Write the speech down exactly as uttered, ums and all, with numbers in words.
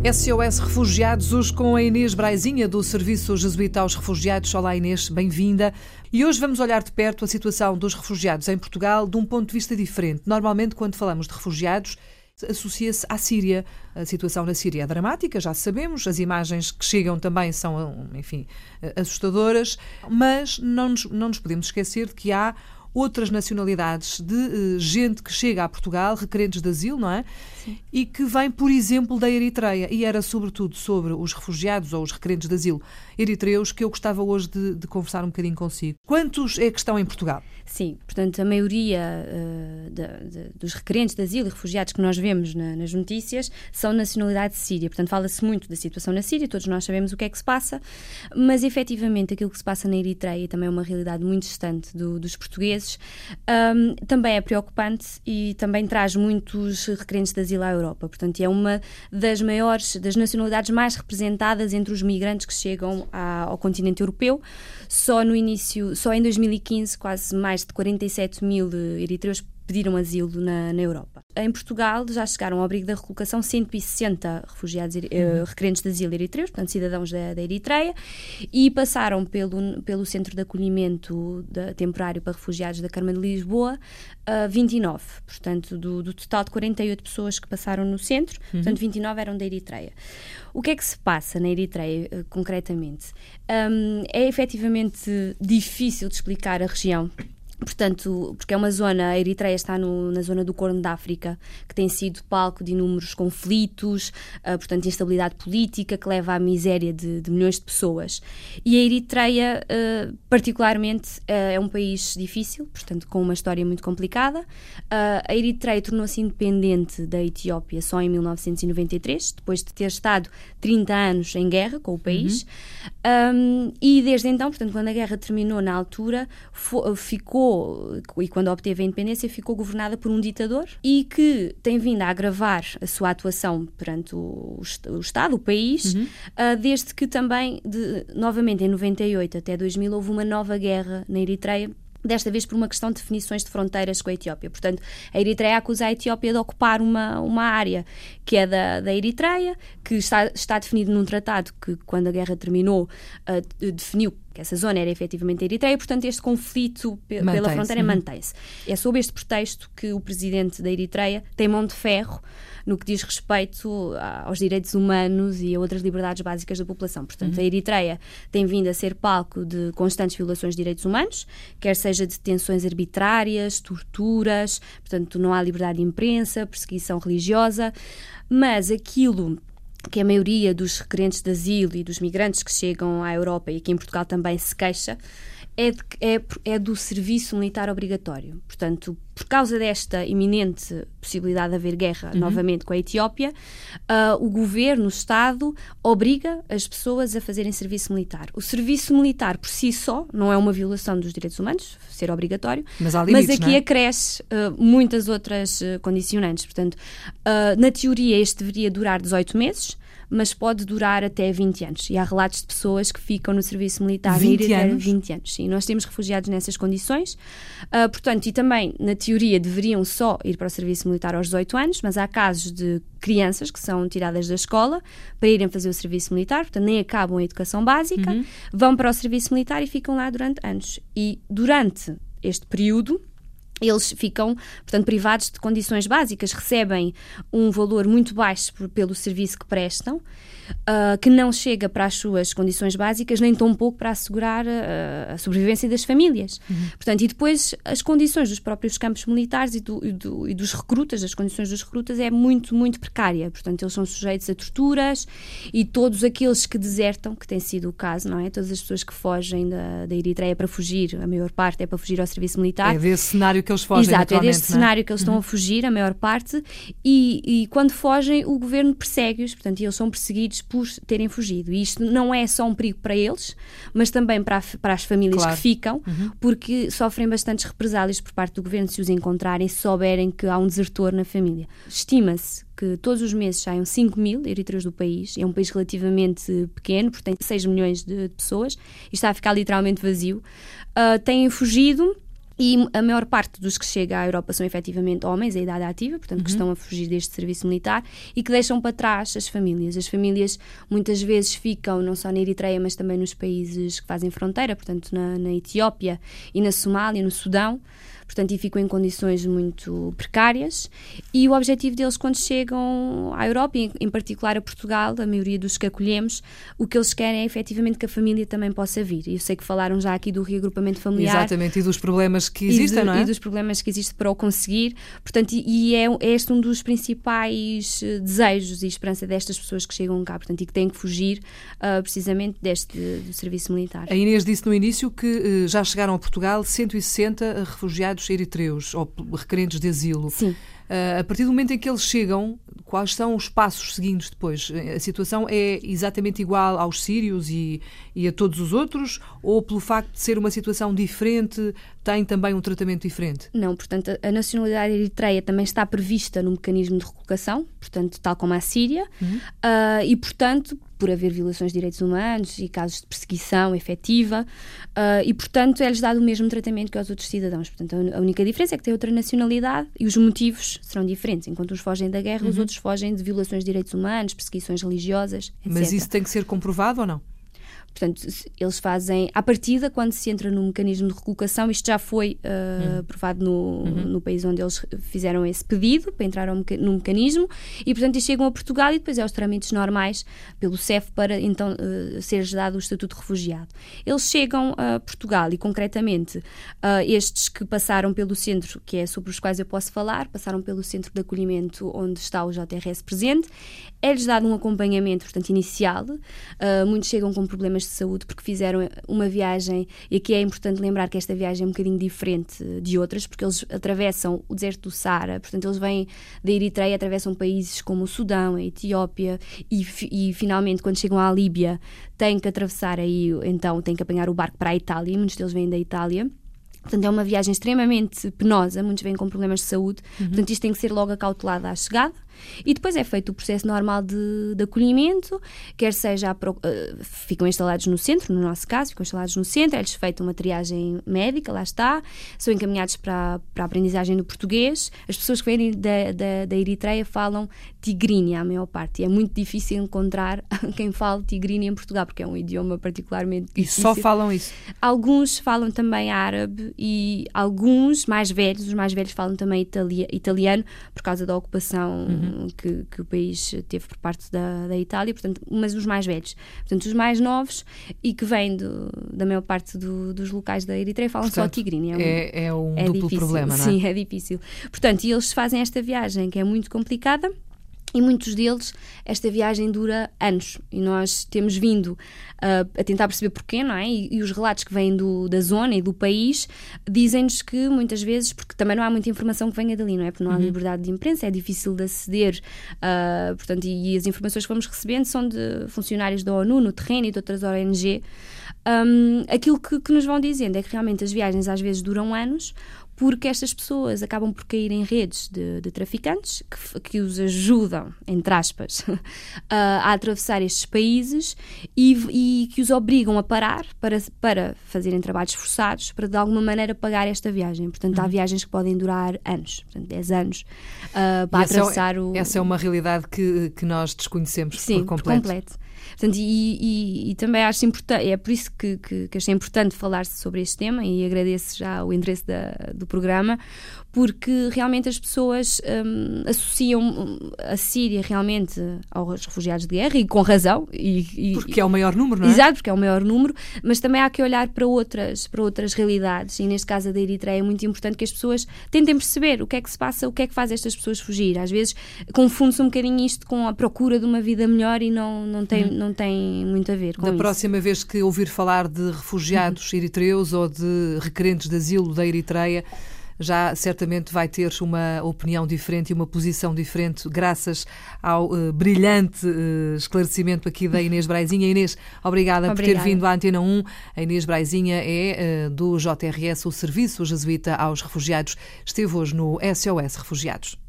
S O S Refugiados, hoje com a Inês Braizinha, do Serviço Jesuíta aos Refugiados. Olá Inês, bem-vinda. E hoje vamos olhar de perto a situação dos refugiados em Portugal de um ponto de vista diferente. Normalmente, quando falamos de refugiados, associa-se à Síria. A situação na Síria é dramática, já sabemos, as imagens que chegam também são, enfim, assustadoras, mas não nos, não nos podemos esquecer de que há outras nacionalidades de uh, gente que chega a Portugal, requerentes de asilo, não é? Sim. E que vem, por exemplo, da Eritreia. E era sobretudo sobre os refugiados ou os requerentes de asilo eritreus que eu gostava hoje de, de conversar um bocadinho consigo. Quantos é que estão em Portugal? Sim, portanto, a maioria uh, de, de, dos requerentes de asilo e refugiados que nós vemos na, nas notícias são nacionalidade síria. Portanto, fala-se muito da situação na Síria, todos nós sabemos o que é que se passa, mas efetivamente aquilo que se passa na Eritreia também é uma realidade muito distante do, dos portugueses. Um, também é preocupante e também traz muitos requerentes de asilo à Europa. Portanto, é uma das maiores, das nacionalidades mais representadas entre os migrantes que chegam à, ao continente europeu. Só no início, só em dois mil e quinze, quase mais de quarenta e sete mil eritreus pediram asilo na, na Europa. Em Portugal já chegaram ao abrigo da recolocação cento e sessenta refugiados, uh, requerentes de asilo eritreus, portanto cidadãos da, da Eritreia, e passaram pelo, pelo Centro de Acolhimento de, temporário para refugiados da Câmara de Lisboa uh, vinte e nove, portanto do, do total de quarenta e oito pessoas que passaram no centro, uhum. portanto vinte e nove eram da Eritreia. O que é que se passa na Eritreia, uh, concretamente? Um, é efetivamente difícil de explicar a região. Portanto, porque é uma zona, a Eritreia está no, na zona do Corno da África, que tem sido palco de inúmeros conflitos, uh, portanto, instabilidade política que leva à miséria de, de milhões de pessoas. E a Eritreia, uh, particularmente, uh, é um país difícil, portanto, com uma história muito complicada. Uh, a Eritreia tornou-se independente da Etiópia só em mil novecentos e noventa e três, depois de ter estado trinta anos em guerra com o país. Uhum. Um, e desde então, portanto, quando a guerra terminou na altura, fo- ficou e quando obteve a independência ficou governada por um ditador e que tem vindo a agravar a sua atuação perante o, o Estado, o país, uhum. uh, desde que também, de, novamente em noventa e oito até dois mil, houve uma nova guerra na Eritreia, desta vez por uma questão de definições de fronteiras com a Etiópia. Portanto, a Eritreia acusa a Etiópia de ocupar uma, uma área que é da, da Eritreia, que está, está definido num tratado que, quando a guerra terminou, uh, definiu que essa zona era efetivamente a Eritreia, portanto este conflito pe- pela fronteira uhum. mantém-se. É sob este pretexto que o presidente da Eritreia tem mão de ferro no que diz respeito aos direitos humanos e a outras liberdades básicas da população. Portanto, uhum. a Eritreia tem vindo a ser palco de constantes violações de direitos humanos, quer seja detenções arbitrárias, torturas, portanto não há liberdade de imprensa, perseguição religiosa, mas aquilo que a maioria dos requerentes de asilo e dos migrantes que chegam à Europa e aqui em Portugal também se queixa, é, de, é, é do serviço militar obrigatório. Portanto, por causa desta iminente possibilidade de haver guerra uhum. novamente com a Etiópia, uh, o governo, o Estado, obriga as pessoas a fazerem serviço militar. O serviço militar, por si só, não é uma violação dos direitos humanos, ser obrigatório, mas, há limites, mas aqui não é? acresce uh, muitas outras uh, condicionantes. Portanto, uh, na teoria, este deveria durar dezoito meses, mas pode durar até vinte anos. E há relatos de pessoas que ficam no serviço militar vinte anos? vinte anos. Sim, nós temos refugiados nessas condições. Uh, portanto, e também, na teoria, deveriam só ir para o serviço militar aos dezoito anos, mas há casos de crianças que são tiradas da escola para irem fazer o serviço militar, portanto, nem acabam a educação básica, uhum. vão para o serviço militar e ficam lá durante anos. E durante este período, eles ficam, portanto, privados de condições básicas, recebem um valor muito baixo por, pelo serviço que prestam, uh, que não chega para as suas condições básicas, nem tão pouco para assegurar uh, a sobrevivência das famílias. Uhum. Portanto, e depois as condições dos próprios campos militares e, do, e, do, e dos recrutas, as condições dos recrutas é muito, muito precária. Portanto, eles são sujeitos a torturas e todos aqueles que desertam, que tem sido o caso, não é? Todas as pessoas que fogem da, da Eritreia para fugir, a maior parte é para fugir ao serviço militar. É desse cenário que eles fogem. Exato, é deste não é? cenário que eles estão uhum. a fugir, a maior parte, e, e quando fogem o governo persegue-os, portanto, eles são perseguidos por terem fugido. E isto não é só um perigo para eles, mas também para, a, para as famílias claro. que ficam, uhum. porque sofrem bastantes represálias por parte do governo se os encontrarem, se souberem que há um desertor na família. Estima-se que todos os meses saiam cinco mil eritreus do país. É um país relativamente pequeno, porque tem seis milhões de pessoas e está a ficar literalmente vazio. Uh, têm fugido E a maior parte dos que chega à Europa são efetivamente homens, a idade ativa, portanto, uhum. que estão a fugir deste serviço militar e que deixam para trás as famílias. As famílias muitas vezes ficam não só na Eritreia, mas também nos países que fazem fronteira, portanto, na, na Etiópia e na Somália, no Sudão. Portanto, e ficam em condições muito precárias. E o objetivo deles, quando chegam à Europa, e em particular a Portugal, a maioria dos que acolhemos, o que eles querem é efetivamente que a família também possa vir. E eu sei que falaram já aqui do reagrupamento familiar. Exatamente, e dos problemas que existem, e de, não é? E dos problemas que existem para o conseguir. Portanto, e, e é, é este um dos principais desejos e esperança destas pessoas que chegam cá, portanto, e que têm que fugir uh, precisamente deste do serviço militar. A Inês disse no início que uh, já chegaram a Portugal cento e sessenta refugiados eritreus ou requerentes de asilo. Sim. Uh, a partir do momento em que eles chegam, quais são os passos seguintes depois? A situação é exatamente igual aos sírios e, e a todos os outros? Ou pelo facto de ser uma situação diferente, tem também um tratamento diferente? Não, portanto, a nacionalidade eritreia também está prevista no mecanismo de recolocação, portanto, tal como a Síria, uhum. uh, e, portanto, por haver violações de direitos humanos e casos de perseguição efetiva, uh, e, portanto, é-lhes dado o mesmo tratamento que aos outros cidadãos. Portanto, a única diferença é que têm outra nacionalidade e os motivos serão diferentes. Enquanto uns fogem da guerra, uhum. os outros fogem de violações de direitos humanos, perseguições religiosas, etcétera. Mas isso tem que ser comprovado ou não? Portanto, eles fazem, à partida, quando se entra no mecanismo de recolocação, isto já foi uh, uhum. aprovado no, uhum. no país onde eles fizeram esse pedido para entrar ao meca- no mecanismo e, portanto, eles chegam a Portugal e depois é os trâmites normais pelo C E F para, então, uh, ser-lhes dado o estatuto de refugiado. Eles chegam a Portugal e, concretamente, uh, estes que passaram pelo centro, que é sobre os quais eu posso falar, passaram pelo centro de acolhimento onde está o J R S presente, é-lhes dado um acompanhamento, portanto, inicial. Uh, muitos chegam com problemas de saúde porque fizeram uma viagem, e aqui é importante lembrar que esta viagem é um bocadinho diferente de outras, porque eles atravessam o deserto do Saara, portanto eles vêm da Eritreia, atravessam países como o Sudão, a Etiópia e, e finalmente quando chegam à Líbia têm que atravessar aí, então têm que apanhar o barco para a Itália, e muitos deles vêm da Itália. Portanto, é uma viagem extremamente penosa, muitos vêm com problemas de saúde, uhum. portanto isto tem que ser logo acautelado à chegada. E depois é feito o processo normal de, de acolhimento, quer seja, a, uh, ficam instalados no centro, no nosso caso, ficam instalados no centro, é-lhes feita uma triagem médica, lá está, são encaminhados para, para a aprendizagem do português. As pessoas que vêm da, da, da Eritreia falam tigrinha, a maior parte, e é muito difícil encontrar quem fale tigrinha em Portugal, porque é um idioma particularmente difícil. E só falam isso? Alguns falam também árabe e alguns mais velhos, os mais velhos falam também itali- italiano, por causa da ocupação uhum. Que, que o país teve por parte da, da Itália, portanto, mas os mais velhos. Portanto, os mais novos e que vêm do, da maior parte do, dos locais da Eritreia falam portanto, só tigrinha. É um, é, é um é duplo difícil. problema, não é? Sim, é difícil. Portanto, e eles fazem esta viagem que é muito complicada. E muitos deles, esta viagem dura anos. E nós temos vindo uh, a tentar perceber porquê, não é? E, e os relatos que vêm do, da zona e do país dizem-nos que muitas vezes, porque também não há muita informação que venha dali, não é? Porque não há uhum. liberdade de imprensa, é difícil de aceder. Uh, portanto, e, e as informações que vamos recebendo são de funcionários da ONU, no terreno e de outras O N G. Um, aquilo que, que nos vão dizendo é que realmente as viagens às vezes duram anos, porque estas pessoas acabam por cair em redes de, de traficantes que, que os ajudam, entre aspas, a, a atravessar estes países e, e que os obrigam a parar para, para fazerem trabalhos forçados, para de alguma maneira pagar esta viagem. Portanto, uhum. há viagens que podem durar anos, portanto, dez anos, uh, para essa atravessar é, o... Essa é uma realidade que, que nós desconhecemos Sim, por completo. Por completo. Portanto, e, e, e também acho importante, é por isso que, que, que achei importante falar-se sobre este tema e agradeço já o interesse da, do programa, porque realmente as pessoas um, associam a Síria realmente aos refugiados de guerra e com razão. E, e, porque é o maior número, não é? Exato, porque é o maior número, mas também há que olhar para outras, para outras realidades e neste caso a da Eritreia é muito importante que as pessoas tentem perceber o que é que se passa, o que é que faz estas pessoas fugir. Às vezes confunde-se um bocadinho isto com a procura de uma vida melhor e não, não, tem, hum. não tem muito a ver com da isso. Da próxima vez que ouvir falar de refugiados uhum. eritreus ou de requerentes de asilo da Eritreia, já certamente vai ter uma opinião diferente e uma posição diferente graças ao uh, brilhante uh, esclarecimento aqui da Inês Braizinha. Inês, obrigada, obrigada por ter vindo à Antena um. A Inês Braizinha é uh, do J R S, o Serviço Jesuíta aos Refugiados. Esteve hoje no S O S Refugiados.